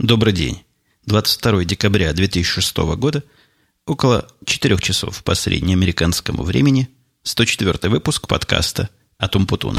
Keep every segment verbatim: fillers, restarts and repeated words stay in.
Добрый день. двадцать второго декабря две тысячи шестого года, около четырех часов по среднеамериканскому времени, сто четвёртый выпуск подкаста от Умпутуна.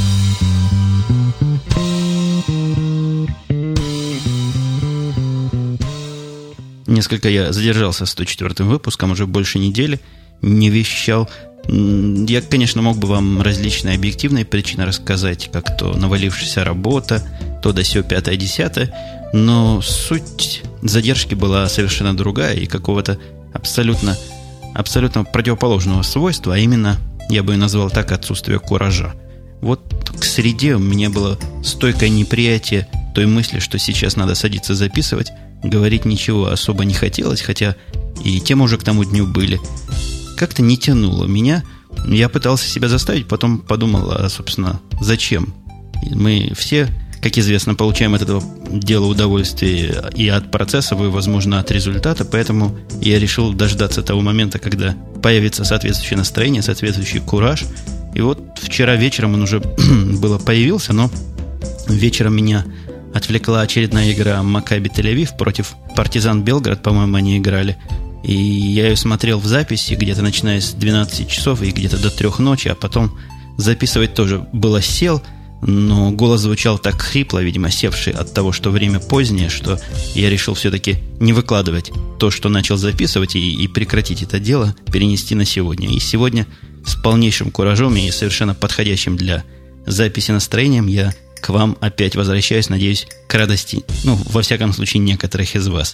Несколько я задержался сто четвёртым выпуском, уже больше недели, не вещал. Я, конечно, мог бы вам различные объективные причины рассказать, как то навалившаяся работа, то да сё пятое, десятое, но суть задержки была совершенно другая и какого-то абсолютно, абсолютно противоположного свойства, а именно, я бы назвал так, отсутствие куража. Вот к среде у меня было стойкое неприятие той мысли, что сейчас надо садиться записывать, говорить ничего особо не хотелось, хотя и темы уже к тому дню были. Как-то не тянуло меня. Я пытался себя заставить, потом подумал, а, собственно, зачем? Мы все, как известно, получаем от этого дела удовольствие и от процесса, и, возможно, от результата, поэтому я решил дождаться того момента, когда появится соответствующее настроение, соответствующий кураж. И вот вчера вечером он уже было появился, но вечером меня отвлекла очередная игра Маккаби Тель-Авив против Партизан Белград, по-моему, они играли. И я ее смотрел в записи где-то начиная с двенадцати часов и где-то до трех ночи, а потом записывать тоже было сел, но голос звучал так хрипло, видимо, севший от того, что время позднее, что я решил все-таки не выкладывать то, что начал записывать, и, и прекратить это дело, перенести на сегодня. И сегодня с полнейшим куражом и совершенно подходящим для записи настроением я к вам опять возвращаюсь, надеюсь, к радости, ну, во всяком случае, некоторых из вас.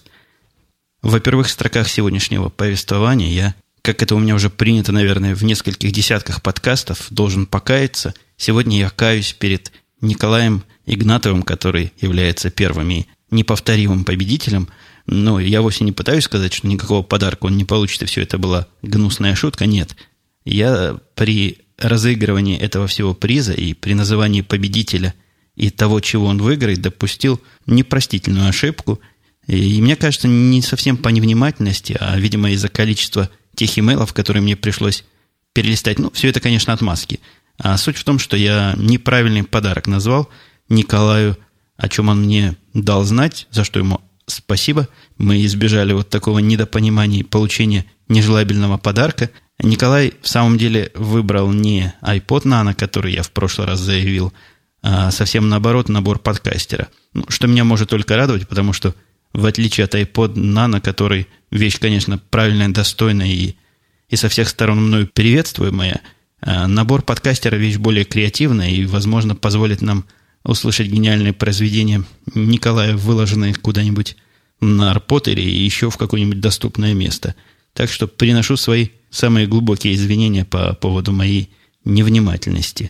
В первых строках сегодняшнего повествования я, как это у меня уже принято, наверное, в нескольких десятках подкастов, должен покаяться. Сегодня я каюсь перед Николаем Игнатовым, который является первым и неповторимым победителем. Но я вовсе не пытаюсь сказать, что никакого подарка он не получит, и все это была гнусная шутка. Нет. Я при разыгрывании этого всего приза и при назывании победителя и того, чего он выиграет, допустил непростительную ошибку. И мне кажется, не совсем по невнимательности, а, видимо, из-за количества тех имейлов, которые мне пришлось перелистать. Ну, все это, конечно, отмазки. А суть в том, что я неправильный подарок назвал Николаю, о чем он мне дал знать, за что ему спасибо. Мы избежали вот такого недопонимания и получения нежелательного подарка. Николай в самом деле выбрал не iPod Nano, который я в прошлый раз заявил, а совсем наоборот, набор подкастера. Ну, что меня может только радовать, потому что в отличие от iPod Nano, который вещь, конечно, правильная, достойная и, и со всех сторон мною приветствуемая, набор подкастера вещь более креативная и, возможно, позволит нам услышать гениальные произведения Николая, выложенные куда-нибудь на Арпод или еще в какое-нибудь доступное место. Так что приношу свои самые глубокие извинения по поводу моей невнимательности.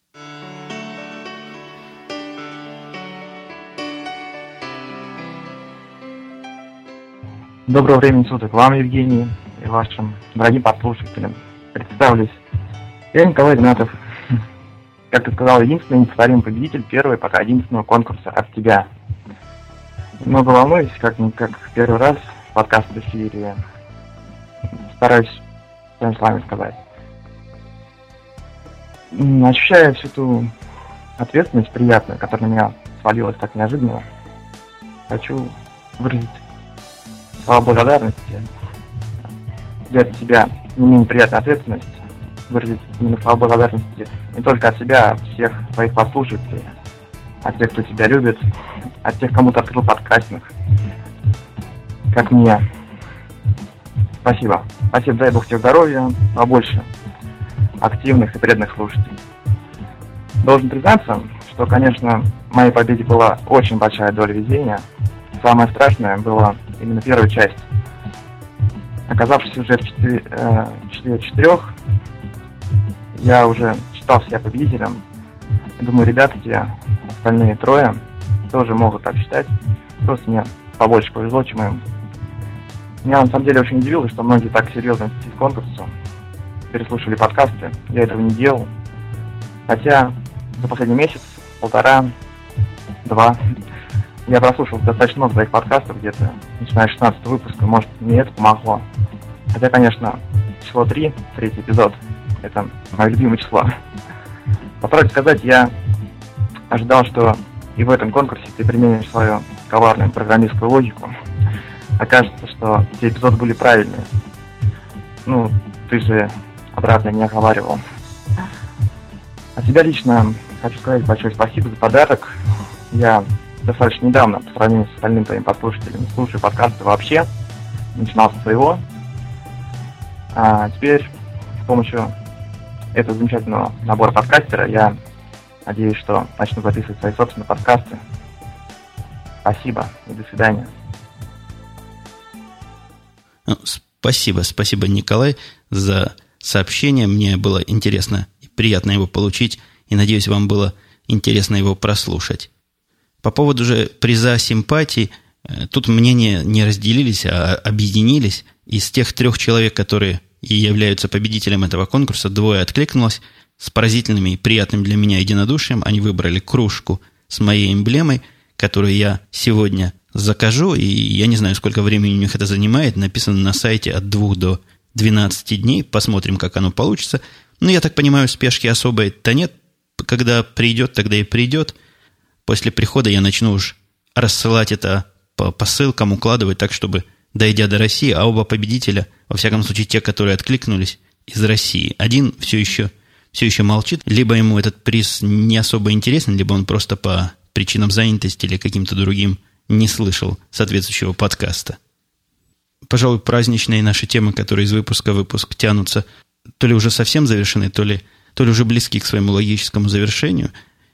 Доброго времени суток вам, Евгений, и вашим дорогим подслушателям. Представлюсь. Я Николай Игнатов. Как ты сказал, единственный неповторимый победитель первого, пока единственного конкурса от тебя. Много волнуюсь, как, как первый раз подкаст в эфире. Стараюсь своими словами сказать. Ощущая всю ту ответственность приятную, которая на меня свалилась так неожиданно, хочу выразить слова благодарности, взять от себя не менее приятную ответственность, выразить именно слова благодарности не только от себя, а от всех своих послушателей, от тех, кто тебя любит, от тех, кому ты открыл подкастинг, как мне. Спасибо. Спасибо, дай Бог тебе здоровья, побольше активных и преданных слушателей. Должен признаться, что, конечно, в моей победе была очень большая доля везения. Самое страшное было именно первая часть. Оказавшись уже в четыре четырех, я уже считал себя победителем. Думаю, ребята, те остальные трое тоже могут так считать. Просто мне побольше повезло, чем им. Меня на самом деле очень удивило, что многие так серьезно отнеслись к конкурсу, переслушивали подкасты. Я этого не делал. Хотя за последний месяц, полтора, два, я прослушал достаточно много своих подкастов, где-то начиная с шестнадцатого выпуска, может, мне это помогло. Хотя, конечно, число три, третий эпизод, это мое любимое число. По правде сказать, я ожидал, что и в этом конкурсе ты применишь свое коварную программистскую логику, окажется, что те эпизоды были правильные. Ну, ты же обратно не оговаривал. От себя лично хочу сказать большое спасибо за подарок. Я достаточно недавно, по сравнению с остальными твоими подслушателями, слушаю подкасты вообще. Начинал со своего. А теперь с помощью этого замечательного набора подкастера я надеюсь, что начну записывать свои собственные подкасты. Спасибо и до свидания. Ну, спасибо, спасибо, Николай, за сообщение. Мне было интересно и приятно его получить, и, надеюсь, вам было интересно его прослушать. По поводу же приза симпатии, тут мнения не разделились, а объединились. Из тех трех человек, которые и являются победителем этого конкурса, двое откликнулось с поразительным и приятным для меня единодушием. Они выбрали кружку с моей эмблемой, которую я сегодня закажу, и я не знаю, сколько времени у них это занимает. Написано на сайте от двух до двенадцати дней. Посмотрим, как оно получится. Но я так понимаю, спешки особой-то нет. Когда придет, тогда и придет. После прихода я начну уж рассылать это по посылкам, укладывать так, чтобы, дойдя до России, а оба победителя, во всяком случае те, которые откликнулись, из России. Один все еще, все еще молчит. Либо ему этот приз не особо интересен, либо он просто по причинам занятости или каким-то другим не слышал соответствующего подкаста. Пожалуй, праздничные наши темы, которые из выпуска в выпуск тянутся, то ли уже совсем завершены, то ли, то ли уже близки к своему логическому завершению.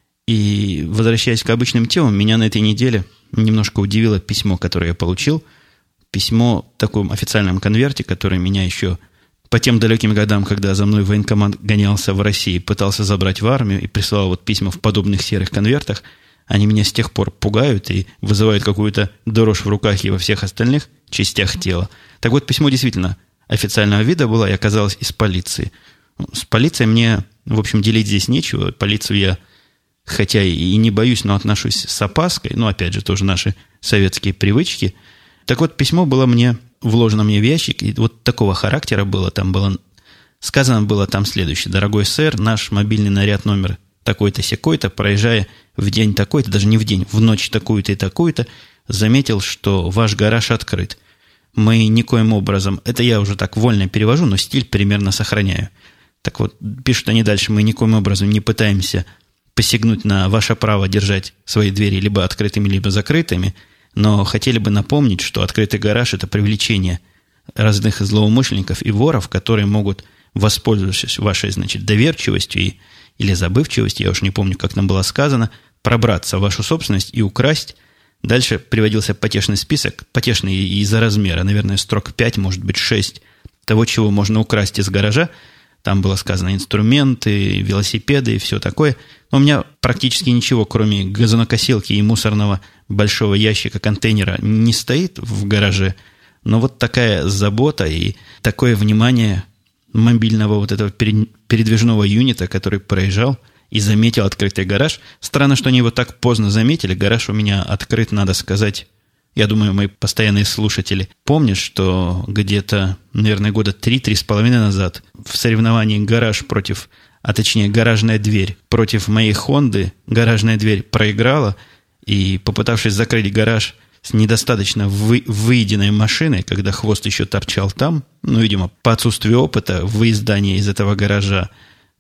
И, возвращаясь к обычным темам, меня на этой неделе немножко удивило письмо, которое я получил. Письмо в таком официальном конверте, которое меня еще по тем далеким годам, когда за мной военкомат гонялся в России, пытался забрать в армию и присылал вот письма в подобных серых конвертах, они меня с тех пор пугают и вызывают какую-то дрожь в руках и во всех остальных частях тела. Так вот, письмо действительно официального вида было и оказалось из полиции. С полицией мне, в общем, делить здесь нечего. Полицию я, хотя и не боюсь, но отношусь с опаской. Ну, опять же, тоже наши советские привычки. Так вот, письмо было мне вложено мне в ящик, и вот такого характера было. Там было сказано было там следующее. Дорогой сэр, наш мобильный наряд номер такой-то сякой-то, проезжая в день такой-то, даже не в день, в ночь такую-то и такую-то, заметил, что ваш гараж открыт. Мы никоим образом, это я уже так вольно перевожу, но стиль примерно сохраняю. Так вот, пишут они дальше, мы никоим образом не пытаемся посягнуть на ваше право держать свои двери либо открытыми, либо закрытыми, но хотели бы напомнить, что открытый гараж – это привлечение разных злоумышленников и воров, которые могут, воспользовавшись вашей, значит, доверчивостью и, или забывчивостью, я уж не помню, как нам было сказано, пробраться в вашу собственность и украсть. Дальше приводился потешный список, потешный из-за размера, наверное, строк пять, может быть, шесть, того, чего можно украсть из гаража. Там было сказано инструменты, велосипеды и все такое. Но у меня практически ничего, кроме газонокосилки и мусорного большого ящика контейнера, не стоит в гараже. Но вот такая забота и такое внимание мобильного вот этого передвижного юнита, который проезжал и заметил открытый гараж. Странно, что они его так поздно заметили. Гараж у меня открыт, надо сказать. Я думаю, мои постоянные слушатели помнят, что где-то, наверное, года три-три с половиной назад в соревновании гараж против, а точнее гаражная дверь против моей Хонды, гаражная дверь проиграла, и, попытавшись закрыть гараж с недостаточно вы, выеденной машиной, когда хвост еще торчал там, ну, видимо, по отсутствию опыта в выездании из этого гаража,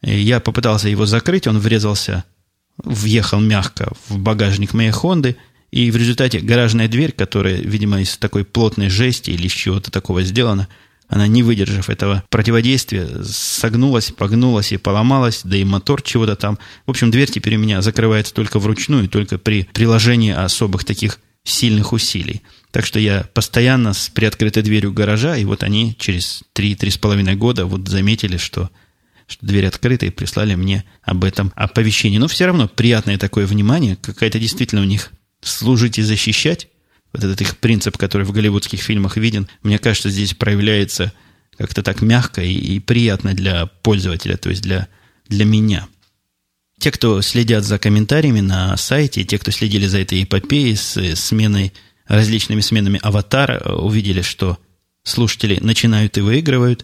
я попытался его закрыть, он врезался, въехал мягко в багажник моей Хонды, и в результате гаражная дверь, которая, видимо, из такой плотной жести или из чего-то такого сделана, она, не выдержав этого противодействия, согнулась, погнулась и поломалась, да и мотор чего-то там. В общем, дверь теперь у меня закрывается только вручную, только при приложении особых таких сильных усилий. Так что я постоянно с приоткрытой дверью гаража, и вот они через три-три с половиной года вот заметили, что, что дверь открыта, и прислали мне об этом оповещение. Но все равно приятное такое внимание, какая-то действительно у них служить и защищать, вот этот их принцип, который в голливудских фильмах виден, мне кажется, здесь проявляется как-то так мягко и, и приятно для пользователя, то есть для, для меня. Те, кто следят за комментариями на сайте, те, кто следили за этой эпопеей с сменой, различными сменами аватара, увидели, что слушатели начинают и выигрывают.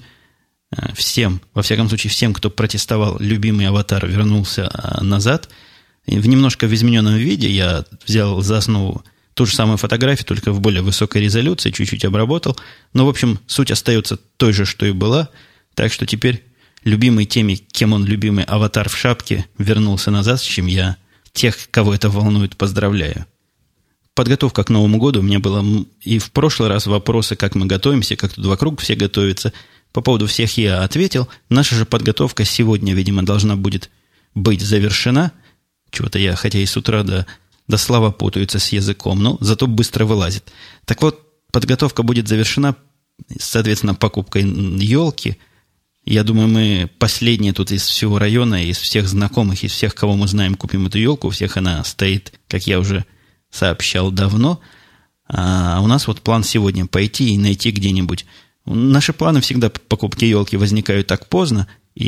Всем, во всяком случае, всем, кто протестовал, любимый аватар вернулся назад. В немножко в измененном виде я взял за основу ту же самую фотографию, только в более высокой резолюции, чуть-чуть обработал. Но, в общем, суть остается той же, что и была. Так что теперь любимой теме, кем он любимый аватар в шапке, вернулся назад, с чем я тех, кого это волнует, поздравляю. Подготовка к Новому году у меня была и в прошлый раз вопросы, как мы готовимся, как тут вокруг все готовятся. По поводу всех я ответил. Наша же подготовка сегодня, видимо, должна будет быть завершена. Чего-то я, хотя и с утра до, до слова путаются с языком, но зато быстро вылазит. Так вот, подготовка будет завершена, соответственно, покупкой елки. Я думаю, мы последние тут из всего района, из всех знакомых, из всех, кого мы знаем, купим эту елку. У всех она стоит, как я уже сообщал, давно. А у нас вот план сегодня пойти и найти где-нибудь. Наши планы всегда по покупке елки возникают так поздно.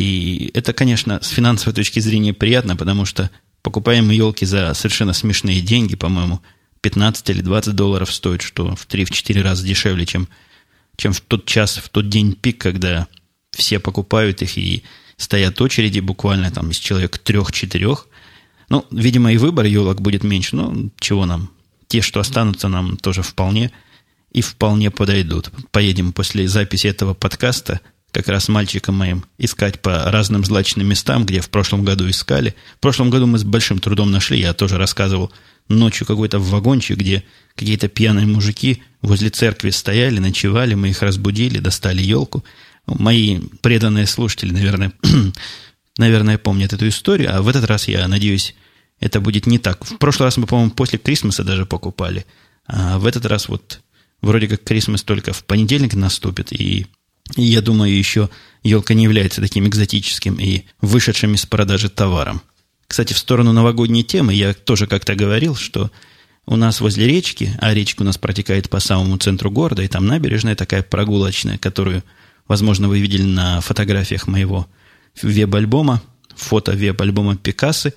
И это, конечно, с финансовой точки зрения приятно, потому что покупаем елки за совершенно смешные деньги, по-моему, пятнадцать или двадцать долларов стоит, что в три-четыре раза дешевле, чем, чем в тот час, в тот день пик, когда все покупают их и стоят очереди буквально там из человек трех-четырех. Ну, видимо, и выбор елок будет меньше, но чего нам? Те, что останутся, нам тоже вполне и вполне подойдут. Поедем после записи этого подкаста как раз мальчиком моим искать по разным злачным местам, где в прошлом году искали. В прошлом году мы с большим трудом нашли, я тоже рассказывал, ночью какой-то вагончик, где какие-то пьяные мужики возле церкви стояли, ночевали, мы их разбудили, достали елку. Мои преданные слушатели, наверное, наверное, помнят эту историю, а в этот раз, я надеюсь, это будет не так. В прошлый раз мы, по-моему, после Крисмаса даже покупали, а в этот раз вот вроде как Крисмас только в понедельник наступит, и, и я думаю, еще елка не является таким экзотическим и вышедшим из продажи товаром. Кстати, в сторону новогодней темы я тоже как-то говорил, что у нас возле речки, а речка у нас протекает по самому центру города, и там набережная такая прогулочная, которую, возможно, вы видели на фотографиях моего веб-альбома, фото веб-альбома Пикассо.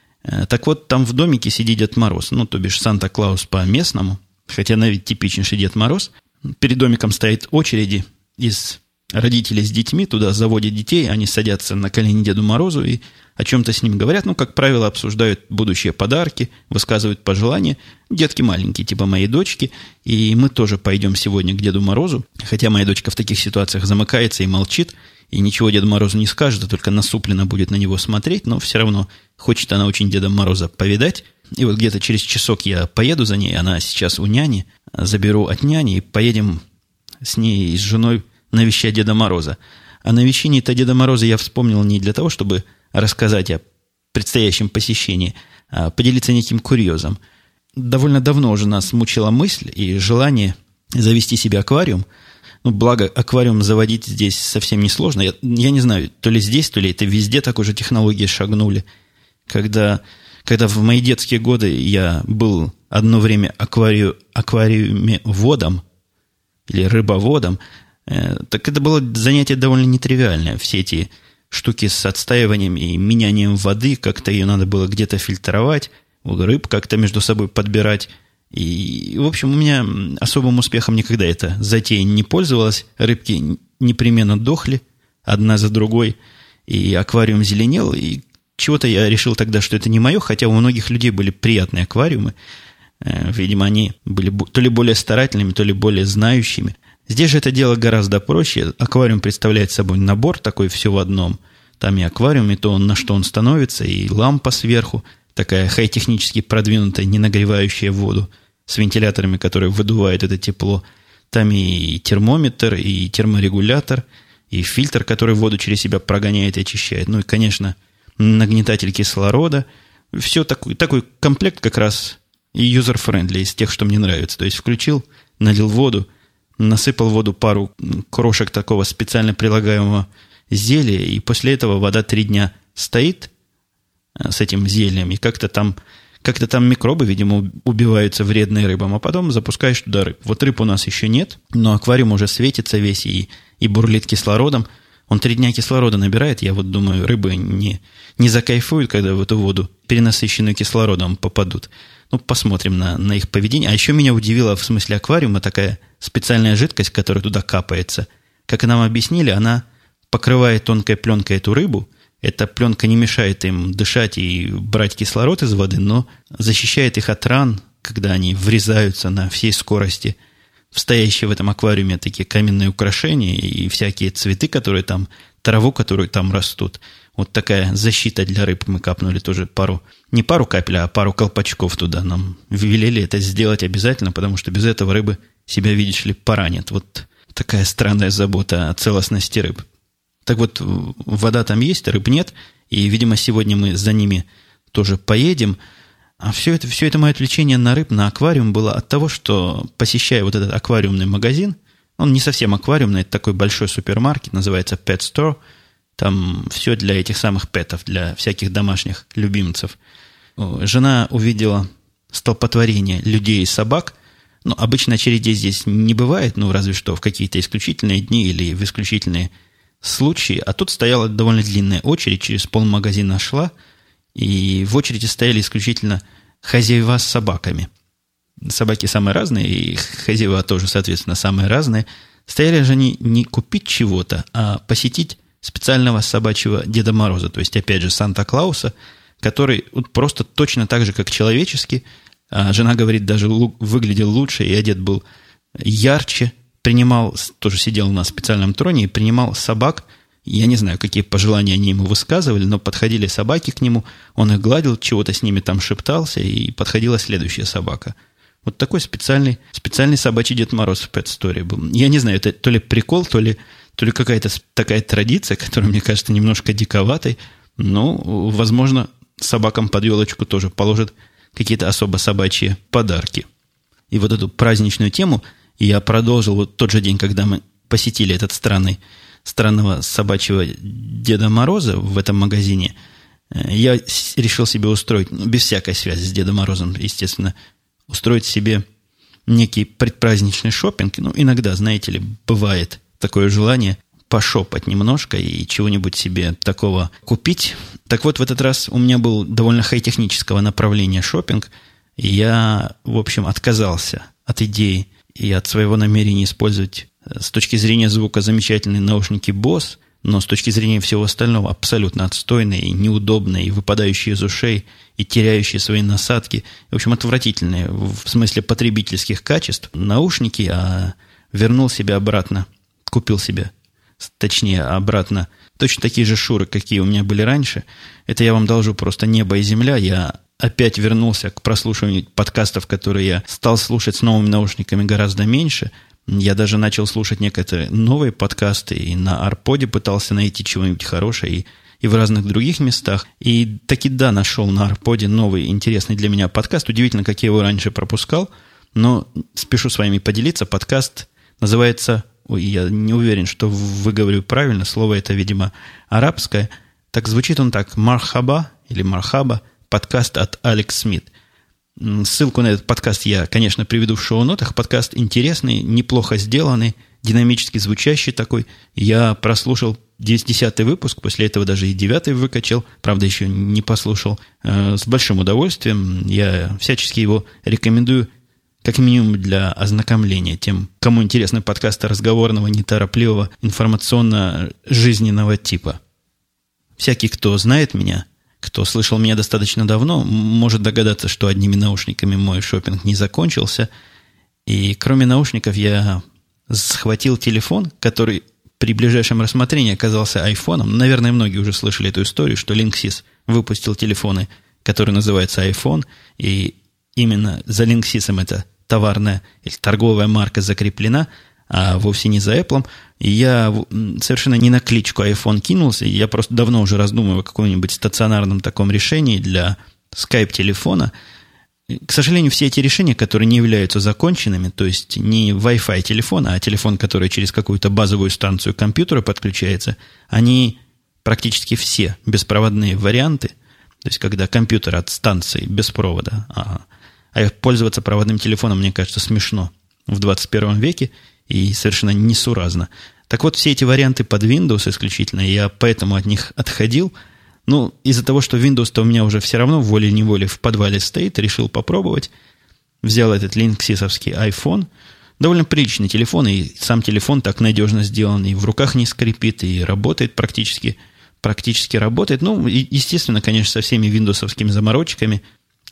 Так вот, там в домике сидит Дед Мороз, ну, то бишь Санта-Клаус по-местному, хотя на вид типичнейший Дед Мороз. Перед домиком стоит очереди из родителей с детьми, туда заводят детей, они садятся на колени Деду Морозу и о чем-то с ним говорят. Ну, как правило, обсуждают будущие подарки, высказывают пожелания. Детки маленькие, типа моей дочки, и мы тоже пойдем сегодня к Деду Морозу, хотя моя дочка в таких ситуациях замыкается и молчит, и ничего Деду Морозу не скажет, а только насупленно будет на него смотреть, но все равно хочет она очень Деда Мороза повидать. И вот где-то через часок я поеду за ней, она сейчас у няни, заберу от няни и поедем с ней и с женой навещать Деда Мороза. О навещении-то Деда Мороза я вспомнил не для того, чтобы рассказать о предстоящем посещении, а поделиться неким курьезом. Довольно давно уже нас мучила мысль и желание завести себе аквариум. Ну, благо, аквариум заводить здесь совсем не сложно. Я, я не знаю, то ли здесь, то ли это везде так уже технологии шагнули. Когда, когда в мои детские годы я был одно время аквариу, аквариумеводом или рыбоводом, э, так это было занятие довольно нетривиальное. Все эти штуки с отстаиванием и менянием воды, как-то ее надо было где-то фильтровать, рыб как-то между собой подбирать. И, в общем, у меня особым успехом никогда эта затея не пользовалась. Рыбки непременно дохли одна за другой, и аквариум зеленел. И чего-то я решил тогда, что это не мое, хотя у многих людей были приятные аквариумы. Видимо, они были то ли более старательными, то ли более знающими. Здесь же это дело гораздо проще. Аквариум представляет собой набор такой все в одном. Там и аквариум, и то, на что он становится, и лампа сверху, такая хай-технически продвинутая, не нагревающая воду, с вентиляторами, которые выдувают это тепло. Там и термометр, и терморегулятор, и фильтр, который воду через себя прогоняет и очищает. Ну и, конечно, нагнетатель кислорода. Все такой, такой комплект как раз юзер-френдли, из тех, что мне нравится. То есть включил, налил воду, насыпал в воду пару крошек такого специально прилагаемого зелья, и после этого вода три дня стоит с этим зельем, и как-то там, как-то там микробы, видимо, убиваются вредной рыбам, а потом запускаешь туда рыб. Вот рыб у нас еще нет, но аквариум уже светится весь и, и бурлит кислородом. Он три дня кислорода набирает, я вот думаю, рыбы не, не закайфуют, когда в эту воду, перенасыщенную кислородом, попадут. Ну, посмотрим на, на их поведение. А еще меня удивила в смысле аквариума такая специальная жидкость, которая туда капается. Как нам объяснили, она покрывает тонкой пленкой эту рыбу. Эта пленка не мешает им дышать и брать кислород из воды, но защищает их от ран когда они врезаются на всей скорости в стоящие в этом аквариуме такие каменные украшения и всякие цветы, которые там, траву, которые там растут. Вот такая защита для рыб. Мы капнули тоже пару, не пару капель, а пару колпачков туда. Нам велели это сделать обязательно, потому что без этого рыбы себя, видишь ли, поранят. Вот такая странная забота о целостности рыб. Так вот, вода там есть, рыб нет, и, видимо, сегодня мы за ними тоже поедем. А все это, все это мое отвлечение на рыб, на аквариум было от того, что, посещая вот этот аквариумный магазин, он не совсем аквариумный, это такой большой супермаркет, называется Pet Store, там все для этих самых пэтов, для всяких домашних любимцев. Жена увидела столпотворение людей и собак. Ну, обычно очередей здесь не бывает, ну, разве что в какие-то исключительные дни или в исключительные случаи. А тут стояла довольно длинная очередь, через полмагазина шла, и в очереди стояли исключительно хозяева с собаками. Собаки самые разные, и хозяева тоже, соответственно, самые разные. Стояли же они не купить чего-то, а посетить специального собачьего Деда Мороза, то есть, опять же, Санта-Клауса, который вот просто точно так же, как человеческий, а жена говорит, даже выглядел лучше и одет был ярче, принимал, тоже сидел на специальном троне и принимал собак. Я не знаю, какие пожелания они ему высказывали, но подходили собаки к нему, он их гладил, чего-то с ними там шептался, и подходила следующая собака. Вот такой специальный, специальный собачий Дед Мороз в Pet Store был. Я не знаю, это то ли прикол, то ли, то ли какая-то такая традиция, которая, мне кажется, немножко диковатой, но, возможно, собакам под елочку тоже положат какие-то особо собачьи подарки. И вот эту праздничную тему я продолжил вот тот же день, когда мы посетили этот странный странного собачьего Деда Мороза в этом магазине. Я решил себе устроить, без всякой связи с Дедом Морозом, естественно, устроить себе некий предпраздничный шопинг. Ну, иногда, знаете ли, бывает такое желание пошопать немножко и чего-нибудь себе такого купить. Так вот, в этот раз у меня был довольно хай-технического направления шопинг, и я, в общем, отказался от идеи и от своего намерения использовать с точки зрения звука замечательные наушники Bose, но с точки зрения всего остального абсолютно отстойные и неудобные, и выпадающие из ушей, и теряющие свои насадки. В общем, отвратительные в смысле потребительских качеств наушники, а вернул себе обратно, купил себе, точнее, обратно точно такие же шуры, какие у меня были раньше. Это я вам должу просто небо и земля. Я опять вернулся к прослушиванию подкастов, которые я стал слушать с новыми наушниками гораздо меньше. Я даже начал слушать некоторые новые подкасты, и на Арподе пытался найти чего-нибудь хорошее, и, и в разных других местах. И таки да, нашел на Арподе новый интересный для меня подкаст. Удивительно, как я его раньше пропускал, но спешу с вами поделиться. Подкаст называется, ой, я не уверен, что выговорю правильно, слово это, видимо, арабское. Так звучит он так: «Мархаба» или «Мархаба», подкаст от Алекс Смит. Ссылку на этот подкаст я, конечно, приведу в шоу-нотах. Подкаст интересный, неплохо сделанный, динамически звучащий такой. Я прослушал десятый выпуск, после этого даже и девятый выкачал. Правда, еще не послушал. С большим удовольствием. Я всячески его рекомендую, как минимум для ознакомления тем, кому интересны подкасты разговорного, неторопливого, информационно-жизненного типа. Всякий, кто знает меня, кто слышал меня достаточно давно, может догадаться, что одними наушниками мой шопинг не закончился. И кроме наушников я схватил телефон, который при ближайшем рассмотрении оказался айфоном. Наверное, многие уже слышали эту историю, что Linksys выпустил телефоны, которые называются iPhone, и именно за Linksys эта товарная или торговая марка закреплена, а вовсе не за Apple. И я совершенно не на кличку iPhone кинулся, я просто давно уже раздумываю о каком-нибудь стационарном таком решении для Skype-телефона. К сожалению, все эти решения, которые не являются законченными, то есть не Wi-Fi телефон, а телефон, который через какую-то базовую станцию компьютера подключается, они практически все беспроводные варианты, то есть когда компьютер от станции без провода, а, а пользоваться проводным телефоном, мне кажется, смешно в двадцать первом веке, и совершенно несуразно. Так вот, все эти варианты под Windows исключительно, я поэтому от них отходил. Ну, из-за того, что Windows-то у меня уже все равно волей-неволей в подвале стоит, решил попробовать. Взял этот Linksys-овский iPhone. Довольно приличный телефон, и сам телефон так надежно сделан, и в руках не скрипит, и работает практически, практически работает. Ну, и, естественно, конечно, со всеми виндовсовскими заморочками,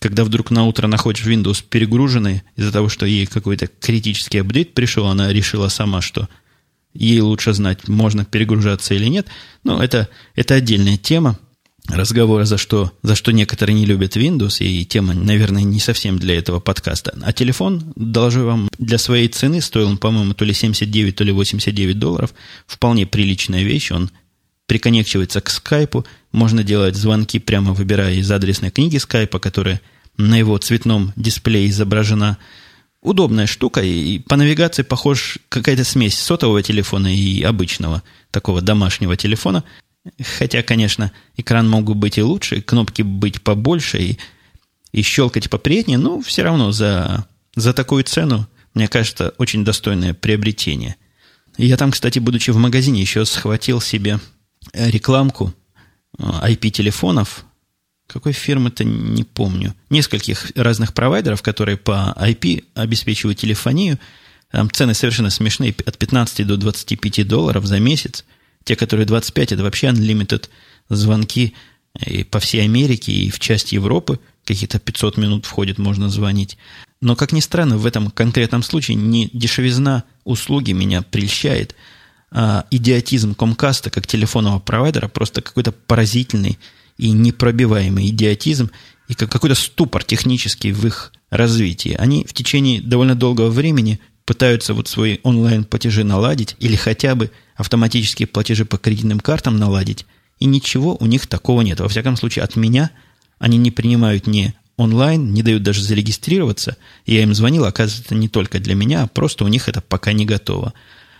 когда вдруг на утро находишь Windows перегруженный из-за того, что ей какой-то критический апдейт пришел, она решила сама, что ей лучше знать, можно перегружаться или нет. Ну, это, это отдельная тема разговора, за что, за что некоторые не любят Windows, и тема, наверное, не совсем для этого подкаста. А телефон, доложу вам, для своей цены стоил он, по-моему, то ли семьдесят девять, то ли восемьдесят девять долларов. Вполне приличная вещь. Он приконнекчивается к скайпу. Можно делать звонки, прямо выбирая из адресной книги скайпа, которая на его цветном дисплее изображена. Удобная штука, и по навигации похож какая-то смесь сотового телефона и обычного такого домашнего телефона. Хотя, конечно, экран мог бы быть и лучше, кнопки быть побольше и, и щелкать поприятнее, но все равно за, за такую цену, мне кажется, очень достойное приобретение. Я там, кстати, будучи в магазине, еще схватил себе рекламку ай пи-телефонов. Какой фирмы-то, не помню. Нескольких разных провайдеров, которые по ай пи обеспечивают телефонию. Там цены совершенно смешные, от пятнадцати до двадцати пяти долларов за месяц. Те, которые двадцать пять, это вообще unlimited звонки и по всей Америке, и в часть Европы. Какие-то пятьсот минут входит, можно звонить. Но, как ни странно, в этом конкретном случае не дешевизна услуги меня прельщает, а идиотизм Comcast как телефонного провайдера просто какой-то поразительный и непробиваемый идиотизм, и какой-то ступор технический в их развитии. Они в течение довольно долгого времени пытаются вот свои онлайн-платежи наладить или хотя бы автоматические платежи по кредитным картам наладить, и ничего у них такого нет. Во всяком случае, от меня они не принимают ни онлайн, не дают даже зарегистрироваться. Я им звонил, оказывается, это не только для меня, а просто у них это пока не готово.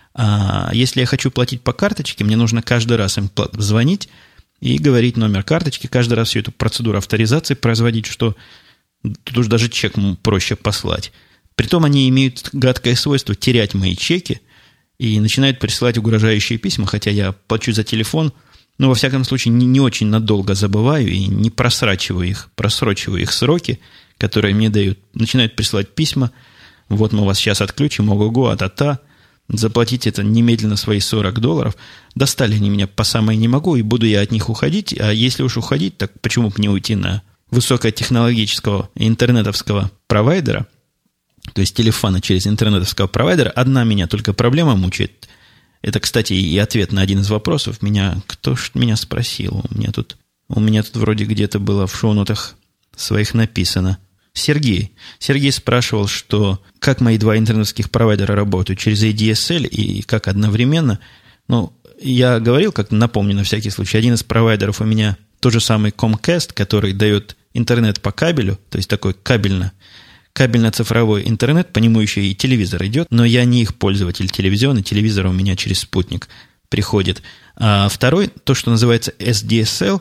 А если я хочу платить по карточке, мне нужно каждый раз им звонить и говорить номер карточки, каждый раз всю эту процедуру авторизации производить, что тут уж даже чек проще послать. Притом они имеют гадкое свойство терять мои чеки и начинают присылать угрожающие письма, хотя я плачу за телефон, но во всяком случае не, не очень надолго забываю и не просрачиваю их, просрочиваю их сроки, которые мне дают. Начинают присылать письма, вот мы вас сейчас отключим, ого-го, а-та-та, заплатите это немедленно свои сорок долларов. Достали они меня по самое не могу, и буду я от них уходить. А если уж уходить, так почему бы не уйти на высокотехнологического интернетовского провайдера, то есть телефона через интернетовского провайдера. Одна меня только проблема мучает. Это, кстати, и ответ на один из вопросов. Меня, кто ж меня спросил? У меня тут, у меня тут вроде где-то было в шоу-нотах своих написано. Сергей. Сергей спрашивал, что как мои два интернетских провайдера работают через эй ди эс эл и как одновременно. Ну, я говорил, как напомню на всякий случай, один из провайдеров у меня тот же самый Comcast, который дает интернет по кабелю, то есть такой кабельно, кабельно-цифровой интернет, по нему еще и телевизор идет, но я не их пользователь телевизионный, телевизор у меня через спутник приходит. А второй, то, что называется эс ди эс эл,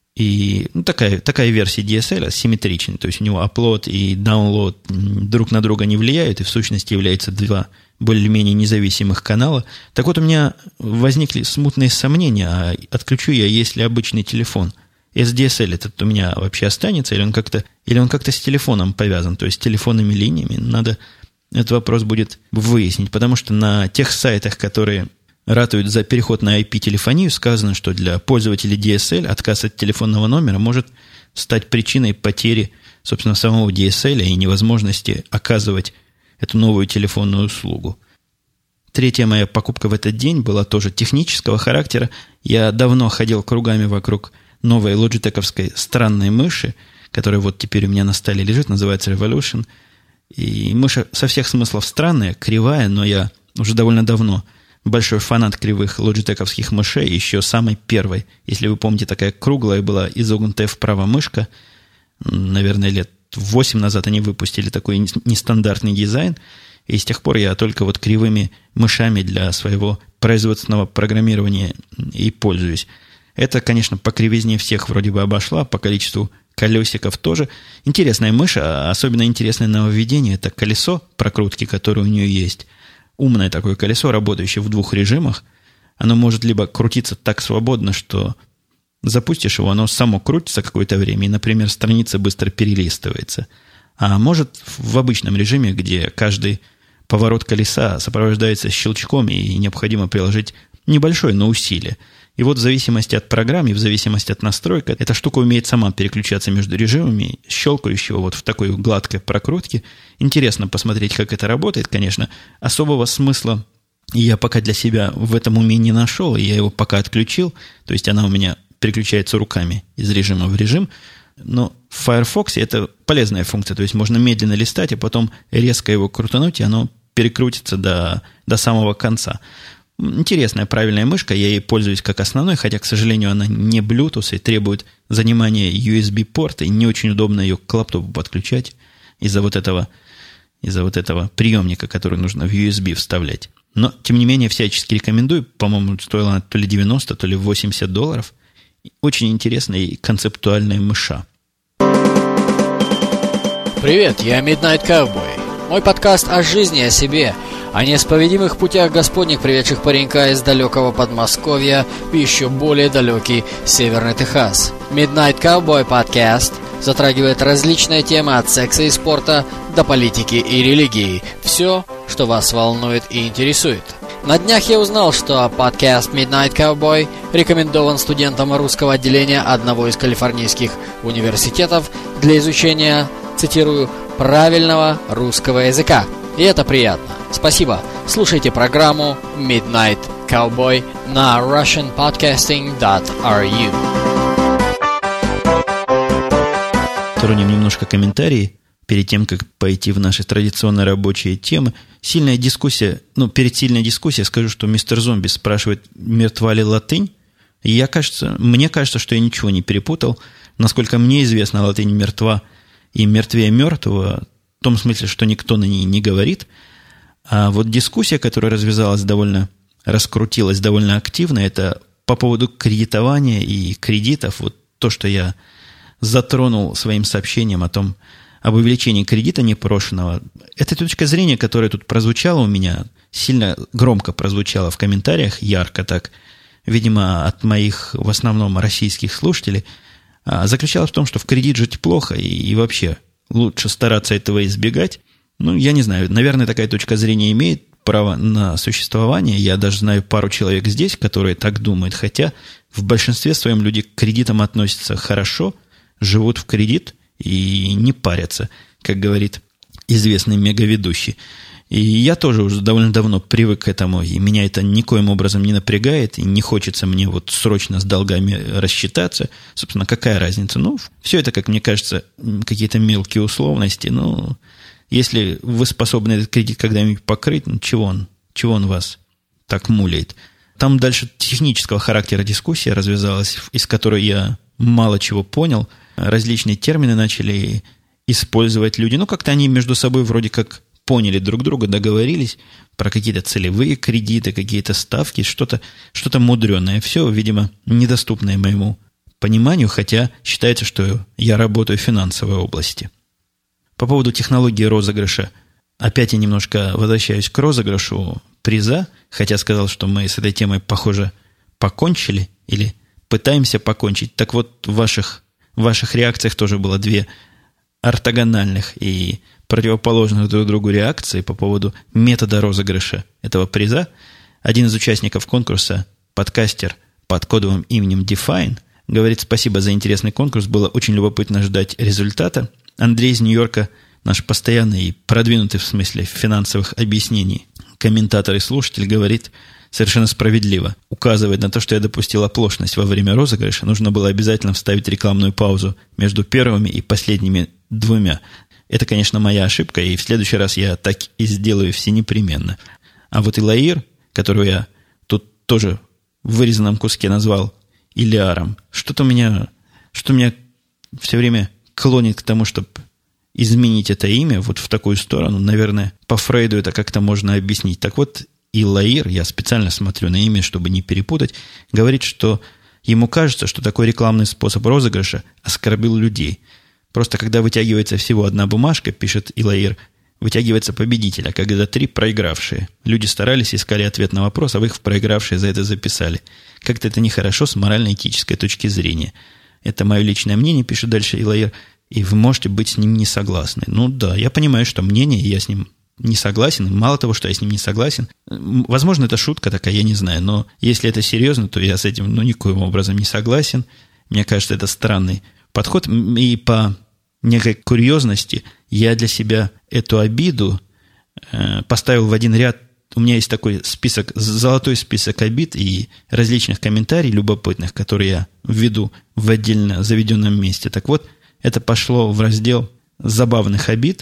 и ну, такая, такая версия ди эс эл симметричная, то есть у него upload и download друг на друга не влияют, и в сущности являются два более-менее независимых канала. Так вот, у меня возникли смутные сомнения, а отключу я, если обычный телефон. эс ди эс эл этот у меня вообще останется, или он как-то, или он как-то с телефоном повязан, то есть с телефонными линиями. Надо этот вопрос будет выяснить, потому что на тех сайтах, которые ратуют за переход на ай пи-телефонию, сказано, что для пользователей ди эс эл отказ от телефонного номера может стать причиной потери, собственно, самого ди эс эл и невозможности оказывать эту новую телефонную услугу. Третья моя покупка в этот день была тоже технического характера. Я давно ходил кругами вокруг новой лоджитековской странной мыши, которая вот теперь у меня на столе лежит, называется Revolution. И мышь со всех смыслов странная, кривая, но я уже довольно давно большой фанат кривых лоджитековских мышей, еще самой первой. Если вы помните, такая круглая была изогнутая вправо мышка. Наверное, лет восемь назад они выпустили такой нестандартный дизайн. И с тех пор я только вот кривыми мышами для своего производственного программирования и пользуюсь. Это, конечно, по кривизне всех вроде бы обошла, по количеству колесиков тоже. Интересная мышь, а особенно интересное нововведение – это колесо прокрутки, которое у нее есть. Умное такое колесо, работающее в двух режимах. Оно может либо крутиться так свободно, что запустишь его, оно само крутится какое-то время, и, например, страница быстро перелистывается. А может в обычном режиме, где каждый поворот колеса сопровождается щелчком, и необходимо приложить небольшое, но усилие. И вот в зависимости от программы, в зависимости от настройки, эта штука умеет сама переключаться между режимами, щелкающего вот в такой гладкой прокрутке. Интересно посмотреть, как это работает, конечно. Особого смысла я пока для себя в этом уме не нашел, и я его пока отключил. То есть она у меня переключается руками из режима в режим. Но в Firefox это полезная функция. То есть можно медленно листать, а потом резко его крутануть, и оно перекрутится до, до самого конца. Интересная, правильная мышка, я ей пользуюсь как основной, хотя, к сожалению, она не Bluetooth и требует занимания ю эс би-порта, и не очень удобно ее к лаптопу подключать из-за вот этого, из-за вот этого приемника, который нужно в ю эс би вставлять. Но, тем не менее, всячески рекомендую. По-моему, стоила она то ли девяносто, то ли восемьдесят долларов. Очень интересная и концептуальная мыша. Привет, я Midnight Cowboy. Мой подкаст о жизни, о себе, о неисповедимых путях Господних, приведших паренька из далекого Подмосковья в еще более далекий Северный Техас. Midnight Cowboy подкаст затрагивает различные темы от секса и спорта до политики и религии. Все, что вас волнует и интересует. На днях я узнал, что подкаст Midnight Cowboy рекомендован студентам русского отделения одного из калифорнийских университетов для изучения, цитирую, правильного русского языка. И это приятно. Спасибо. Слушайте программу Midnight Cowboy на russian podcasting dot r u. Тронем немножко комментарии перед тем, как пойти в наши традиционные рабочие темы. Сильная дискуссия, ну, перед сильной дискуссией скажу, что мистер Зомби спрашивает, мертва ли латынь. И я, кажется, мне кажется, что я ничего не перепутал. Насколько мне известно, латынь мертва и мертвее мертвого, в том смысле, что никто на ней не говорит. А вот дискуссия, которая развязалась довольно, раскрутилась довольно активно, это по поводу кредитования и кредитов. Вот то, что я затронул своим сообщением о том, об увеличении кредита непрошенного. Эта точка зрения, которая тут прозвучала у меня, сильно громко прозвучала в комментариях, ярко так, видимо, от моих в основном российских слушателей, заключалась в том, что в кредит жить плохо и, и вообще лучше стараться этого избегать. Ну, я не знаю, наверное, такая точка зрения имеет право на существование. Я даже знаю пару человек здесь, которые так думают, хотя в большинстве своем люди к кредитам относятся хорошо, живут в кредит и не парятся, как говорит известный мегаведущий. И я тоже уже довольно давно привык к этому, и меня это никоим образом не напрягает, и не хочется мне вот срочно с долгами рассчитаться. Собственно, какая разница? Ну, все это, как мне кажется, какие-то мелкие условности. Ну, если вы способны этот кредит когда-нибудь покрыть, ну, чего он, чего он вас так муляет? Там дальше технического характера дискуссия развязалась, из которой я мало чего понял. Различные термины начали использовать люди. Ну, как-то они между собой вроде как поняли друг друга, договорились про какие-то целевые кредиты, какие-то ставки, что-то, что-то мудреное. Все, видимо, недоступное моему пониманию, хотя считается, что я работаю в финансовой области. По поводу технологии розыгрыша. Опять я немножко возвращаюсь к розыгрышу приза, хотя сказал, что мы с этой темой, похоже, покончили или пытаемся покончить. Так вот, в ваших, в ваших реакциях тоже было две ортогональных и противоположных друг другу реакции по поводу метода розыгрыша этого приза. Один из участников конкурса, подкастер под кодовым именем Define, говорит: спасибо за интересный конкурс, было очень любопытно ждать результата. Андрей из Нью-Йорка, наш постоянный и продвинутый в смысле финансовых объяснений комментатор и слушатель, говорит совершенно справедливо, указывает на то, что я допустил оплошность во время розыгрыша. Нужно было обязательно вставить рекламную паузу между первыми и последними двумя. Это, конечно, моя ошибка, и в следующий раз я так и сделаю все непременно. А вот Илаир, которого я тут тоже в вырезанном куске назвал Илиаром, что-то у меня, что меня все время клонит к тому, чтобы изменить это имя вот в такую сторону. Наверное, по Фрейду это как-то можно объяснить. Так вот, Илаир, я специально смотрю на имя, чтобы не перепутать, говорит, что ему кажется, что такой рекламный способ розыгрыша оскорбил людей. Просто когда вытягивается всего одна бумажка, пишет Илаир, вытягивается победитель, а когда три проигравшие. Люди старались, искали ответ на вопрос, а вы их в проигравшие за это записали. Как-то это нехорошо с морально-этической точки зрения. Это мое личное мнение, пишет дальше Илаир, и вы можете быть с ним не согласны. Ну да, я понимаю, что мнение, я с ним не согласен. И мало того, что я с ним не согласен. Возможно, это шутка такая, я не знаю. Но если это серьезно, то я с этим ну, никоим образом не согласен. Мне кажется, это странный подход. И по некой курьезности я для себя эту обиду э, поставил в один ряд. У меня есть такой список, золотой список обид и различных комментариев любопытных, которые я введу в отдельно заведенном месте. Так вот, это пошло в раздел забавных обид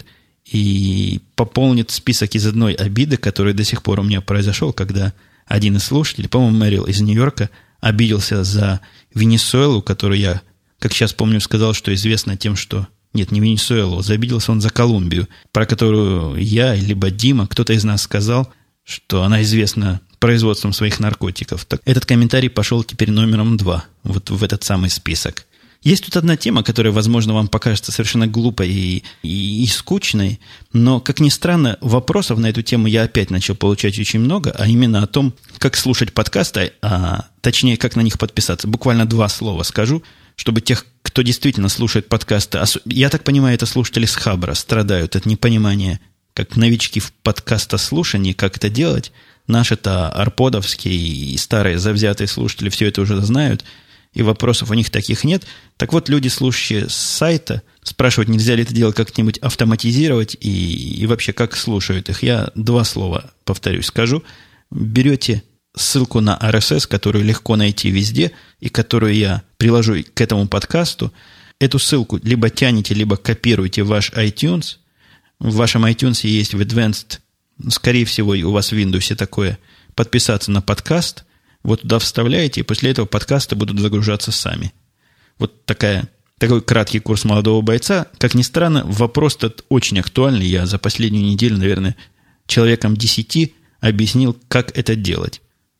и пополнит список из одной обиды, которая до сих пор у меня произошел, когда один из слушателей, по-моему, Мэрил из Нью-Йорка, обиделся за Венесуэлу, которую я, как сейчас помню, сказал, что известно тем, что... Нет, не Венесуэлу, обиделся он за Колумбию, про которую я, либо Дима, кто-то из нас сказал, что она известна производством своих наркотиков. Так этот комментарий пошел теперь номером два, вот в этот самый список. Есть тут одна тема, которая, возможно, вам покажется совершенно глупой и, и, и скучной, но, как ни странно, вопросов на эту тему я опять начал получать очень много, а именно о том, как слушать подкасты, а точнее, как на них подписаться. Буквально два слова скажу, чтобы тех, кто действительно слушает подкасты, я так понимаю, это слушатели с Хабра, страдают от непонимания, как новички в подкастослушании, как это делать. Наши-то арподовские и старые завзятые слушатели все это уже знают, и вопросов у них таких нет. Так вот, люди, слушающие с сайта, спрашивают, нельзя ли это дело как-нибудь автоматизировать и, и вообще как слушают их. Я два слова, повторюсь, скажу. Берете ссылку на ар эс эс, которую легко найти везде, и которую я приложу к этому подкасту. Эту ссылку либо тянете, либо копируете в ваш iTunes. В вашем iTunes есть в Advanced, скорее всего, у вас в Windows такое, подписаться на подкаст. Вот туда вставляете, и после этого подкасты будут загружаться сами. Вот такая, такой краткий курс молодого бойца. Как ни странно, вопрос этот очень актуальный. Я за последнюю неделю, наверное, человеком десяти объяснил, как это делать.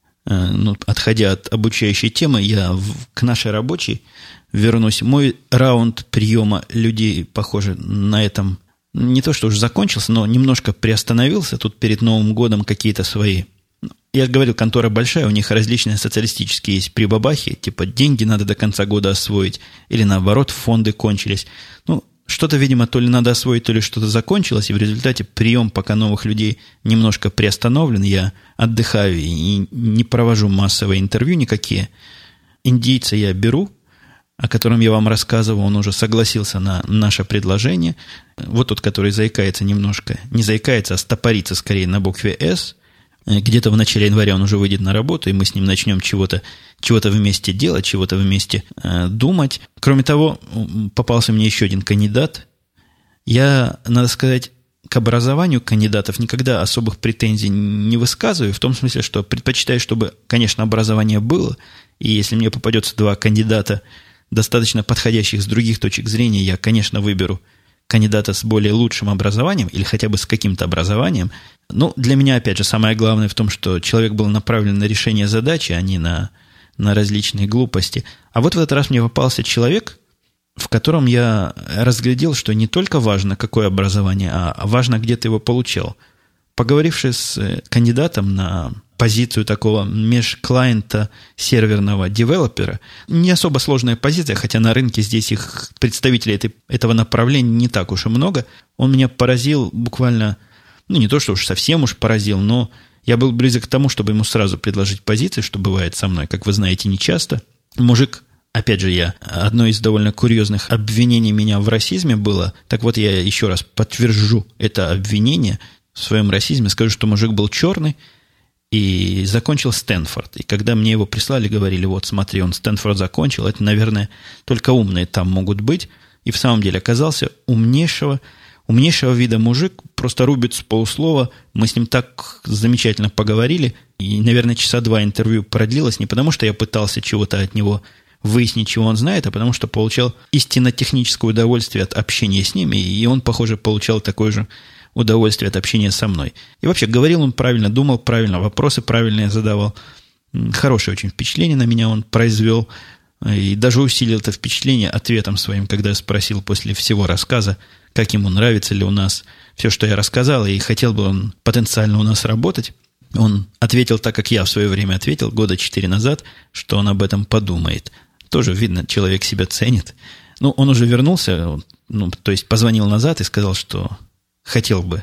Ну, отходя от обучающей темы, я в, к нашей рабочей вернусь. Мой раунд приема людей, похоже, на этом не то, что уже закончился, но немножко приостановился. Тут перед Новым годом какие-то свои... Я говорил, контора большая, у них различные социалистические есть прибабахи, типа деньги надо до конца года освоить, или наоборот, фонды кончились. Ну, что-то, видимо, то ли надо освоить, то ли что-то закончилось, и в результате прием пока новых людей немножко приостановлен. Я отдыхаю и не провожу массовые интервью никакие. Индийца я беру, о котором я вам рассказывал, он уже согласился на наше предложение. Вот тот, который заикается немножко, не заикается, а стопорится скорее на букве «С». Где-то в начале января он уже выйдет на работу, и мы с ним начнем чего-то, чего-то вместе делать, чего-то вместе э, думать. Кроме того, попался мне еще один кандидат. Я, надо сказать, к образованию кандидатов никогда особых претензий не высказываю, в том смысле, что предпочитаю, чтобы, конечно, образование было, и если мне попадется два кандидата, достаточно подходящих с других точек зрения, я, конечно, выберу кандидата с более лучшим образованием или хотя бы с каким-то образованием. Но для меня, опять же, самое главное в том, что человек был направлен на решение задачи, а не на, на различные глупости. А вот в этот раз мне попался человек, в котором я разглядел, что не только важно, какое образование, а важно, где ты его получил. Поговоривши с кандидатом на позицию такого межклиента серверного девелопера, не особо сложная позиция, хотя на рынке здесь их представителей этой, этого направления не так уж и много, он меня поразил буквально, ну не то, что уж совсем уж поразил, но я был близок к тому, чтобы ему сразу предложить позицию, что бывает со мной, как вы знаете, нечасто. Мужик, опять же, я, одно из довольно курьезных обвинений меня в расизме было, так вот я еще раз подтвержу это обвинение в своем расизме, скажу, что мужик был черный, и закончил Стэнфорд. И когда мне его прислали, говорили, вот смотри, он Стэнфорд закончил, это, наверное, только умные там могут быть. И в самом деле оказался умнейшего, умнейшего вида мужик, просто рубит с полуслова. Мы с ним так замечательно поговорили. И, наверное, часа два интервью продлилось не потому, что я пытался чего-то от него выяснить, чего он знает, а потому что получал истинно техническое удовольствие от общения с ним. И он, похоже, получал такое же удовольствие от общения со мной. И вообще, говорил он правильно, думал правильно, вопросы правильные задавал. Хорошее очень впечатление на меня он произвел. И даже усилил это впечатление ответом своим, когда я спросил после всего рассказа, как ему нравится ли у нас все, что я рассказал, и хотел бы он потенциально у нас работать. Он ответил так, как я в свое время ответил, года четыре назад, что он об этом подумает. Тоже, видно, человек себя ценит. Ну, он уже вернулся, ну, то есть позвонил назад и сказал, что хотел бы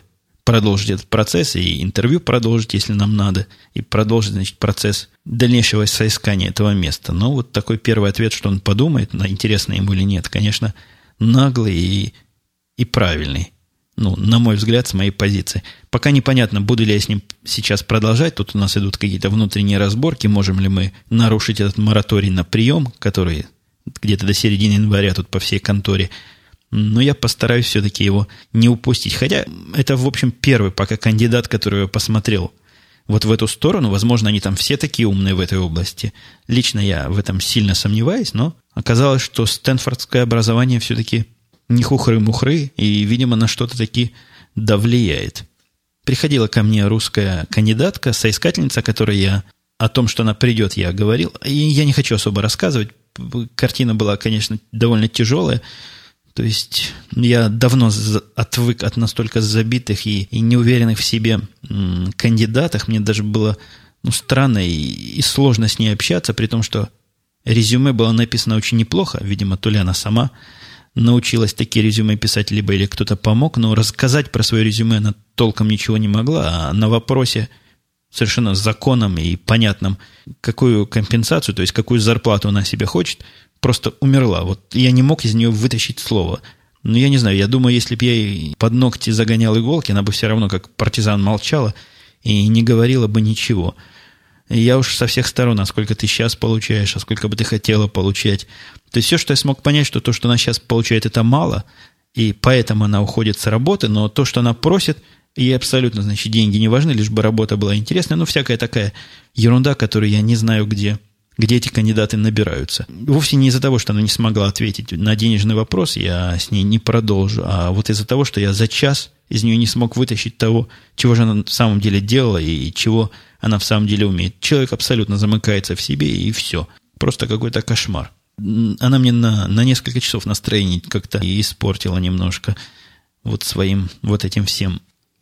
продолжить этот процесс, и интервью продолжить, если нам надо, и продолжить, значит, процесс дальнейшего соискания этого места. Но вот такой первый ответ, что он подумает, интересно ему или нет, конечно, наглый и, и правильный. Ну, на мой взгляд, с моей позиции. Пока непонятно, буду ли я с ним сейчас продолжать. Тут у нас идут какие-то внутренние разборки. Можем ли мы нарушить этот мораторий на прием, который где-то до середины января тут по всей конторе. Но я постараюсь все-таки его не упустить. Хотя это, в общем, первый пока кандидат, который я посмотрел вот в эту сторону. Возможно, они там все такие умные в этой области. Лично я в этом сильно сомневаюсь, но оказалось, что стэнфордское образование все-таки не хухры-мухры и, видимо, на что-то таки да влияет. Приходила ко мне русская кандидатка, соискательница, которой я о том, что она придет, я говорил. И я не хочу особо рассказывать. Картина была, конечно, довольно тяжелая. То есть я давно отвык от настолько забитых и, и неуверенных в себе м, кандидатах. Мне даже было ну, странно и, и сложно с ней общаться, при том, что резюме было написано очень неплохо. Видимо, то ли она сама научилась такие резюме писать, либо или кто-то помог, но рассказать про свое резюме она толком ничего не могла, а на вопросе совершенно законным и понятным, какую компенсацию, то есть какую зарплату она себе хочет, просто умерла. Вот я не мог из нее вытащить слово. Ну, я не знаю, я думаю, если бы я ей под ногти загонял иголки, она бы все равно как партизан молчала и не говорила бы ничего. И я уж со всех сторон, а сколько ты сейчас получаешь, а сколько бы ты хотела получать. То есть все, что я смог понять, что то, что она сейчас получает, это мало, и поэтому она уходит с работы, но то, что она просит, ей абсолютно, значит, деньги не важны, лишь бы работа была интересная. Ну, всякая такая ерунда, которую я не знаю, где... где эти кандидаты набираются. Вовсе не из-за того, что она не смогла ответить на денежный вопрос, я с ней не продолжу, а вот из-за того, что я за час из нее не смог вытащить того, чего же она в самом деле делала и чего она в самом деле умеет. Человек абсолютно замыкается в себе, и все. Просто какой-то кошмар. Она мне на, на несколько часов настроение как-то испортила немножко вот своим вот этим всем.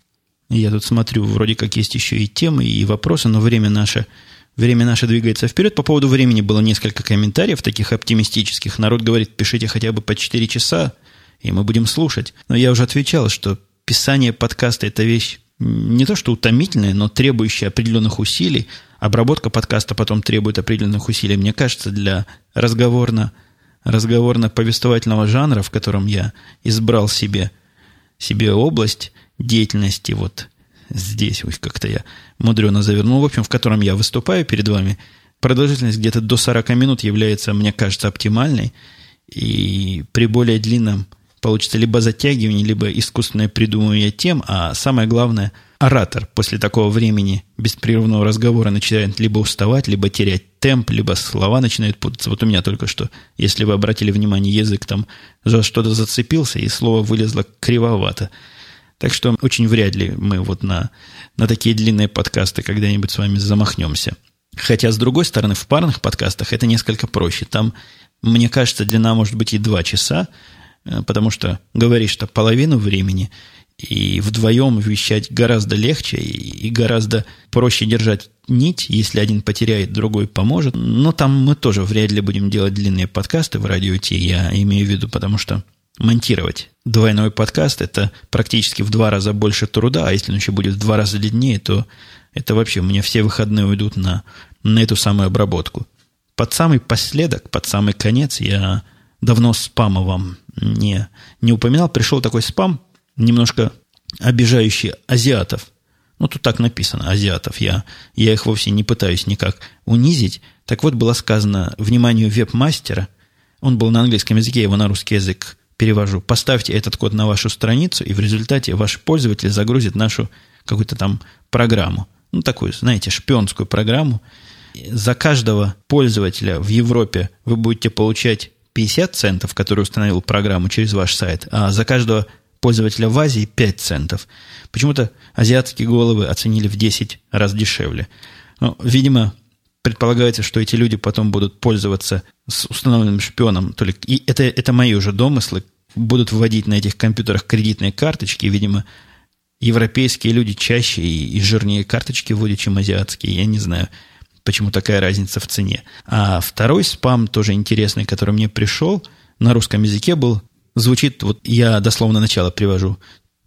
Я тут смотрю, вроде как есть еще и темы, и вопросы, но время наше... Время наше двигается вперед. По поводу времени было несколько комментариев, таких оптимистических. Народ говорит, пишите хотя бы по четыре часа, и мы будем слушать. Но я уже отвечал, что писание подкаста – это вещь не то что утомительная, но требующая определенных усилий. Обработка подкаста потом требует определенных усилий. Мне кажется, для разговорно, разговорно-повествовательного жанра, в котором я избрал себе, себе область деятельности, вот здесь, ой, как-то я мудрено завернул, в общем, в котором я выступаю перед вами, продолжительность где-то до сорок минут является, мне кажется, оптимальной, и при более длинном получится либо затягивание, либо искусственное придумывание тем, а самое главное, оратор после такого времени беспрерывного разговора начинает либо уставать, либо терять темп, либо слова начинают путаться. Вот у меня только что, если вы обратили внимание, язык там за что-то зацепился, и слово вылезло кривовато. Так что очень вряд ли мы вот на, на такие длинные подкасты когда-нибудь с вами замахнемся. Хотя, с другой стороны, в парных подкастах это несколько проще. Там, мне кажется, длина может быть и два часа, потому что говоришь-то половину времени, и вдвоем вещать гораздо легче и, и гораздо проще держать нить, если один потеряет, другой поможет. Но там мы тоже вряд ли будем делать длинные подкасты в Радио Ти, я имею в виду, потому что монтировать двойной подкаст – это практически в два раза больше труда, а если он еще будет в два раза длиннее, то это вообще у меня все выходные уйдут на, на эту самую обработку. Под самый последок, под самый конец я давно спама вам не, не упоминал. Пришел такой спам, немножко обижающий азиатов. Ну, тут так написано, азиатов. Я, я их вовсе не пытаюсь никак унизить. Так вот, было сказано вниманию веб-мастера, он был на английском языке, его на русский язык перевожу. Поставьте этот код на вашу страницу, и в результате ваш пользователь загрузит нашу какую-то там программу. Ну, такую, знаете, шпионскую программу. За каждого пользователя в Европе вы будете получать пятьдесят центов, который установил программу через ваш сайт, а за каждого пользователя в Азии пять центов. Почему-то азиатские головы оценили в десять раз дешевле. Ну, видимо, предполагается, что эти люди потом будут пользоваться с установленным шпионом. То ли, и это, это мои уже домыслы. Будут вводить на этих компьютерах кредитные карточки. Видимо, европейские люди чаще и, и жирнее карточки вводят, чем азиатские. Я не знаю, почему такая разница в цене. А второй спам, тоже интересный, который мне пришел, на русском языке был, звучит, вот я дословно начало привожу.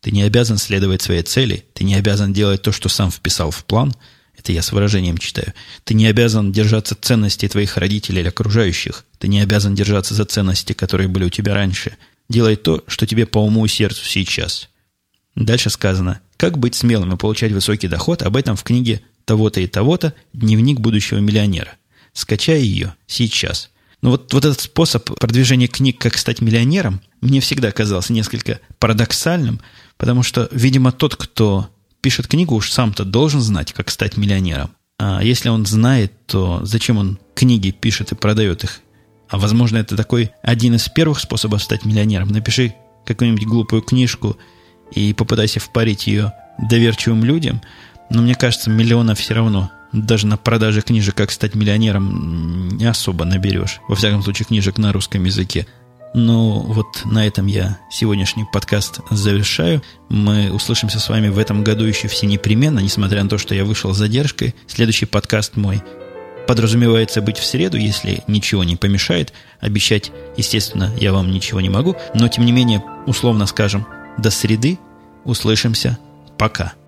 Ты не обязан следовать своей цели. Ты не обязан делать то, что сам вписал в план. Это я с выражением читаю. Ты не обязан держаться ценностей твоих родителей или окружающих. Ты не обязан держаться за ценности, которые были у тебя раньше. Делай то, что тебе по уму и сердцу сейчас. Дальше сказано, как быть смелым и получать высокий доход, об этом в книге того-то и того-то «Дневник будущего миллионера». Скачай ее сейчас. Но вот, вот этот способ продвижения книг «Как стать миллионером» мне всегда казался несколько парадоксальным, потому что, видимо, тот, кто пишет книгу, уж сам-то должен знать, как стать миллионером. А если он знает, то зачем он книги пишет и продает их? А возможно, это такой один из первых способов стать миллионером. Напиши какую-нибудь глупую книжку и попытайся впарить ее доверчивым людям. Но мне кажется, миллионов все равно даже на продаже книжек «Как стать миллионером» не особо наберешь. Во всяком случае, книжек на русском языке. Ну, вот на этом я сегодняшний подкаст завершаю. Мы услышимся с вами в этом году еще все непременно, несмотря на то, что я вышел с задержкой. Следующий подкаст мой подразумевается быть в среду, если ничего не помешает. Обещать, естественно, я вам ничего не могу. Но, тем не менее, условно скажем, до среды. Услышимся. Пока.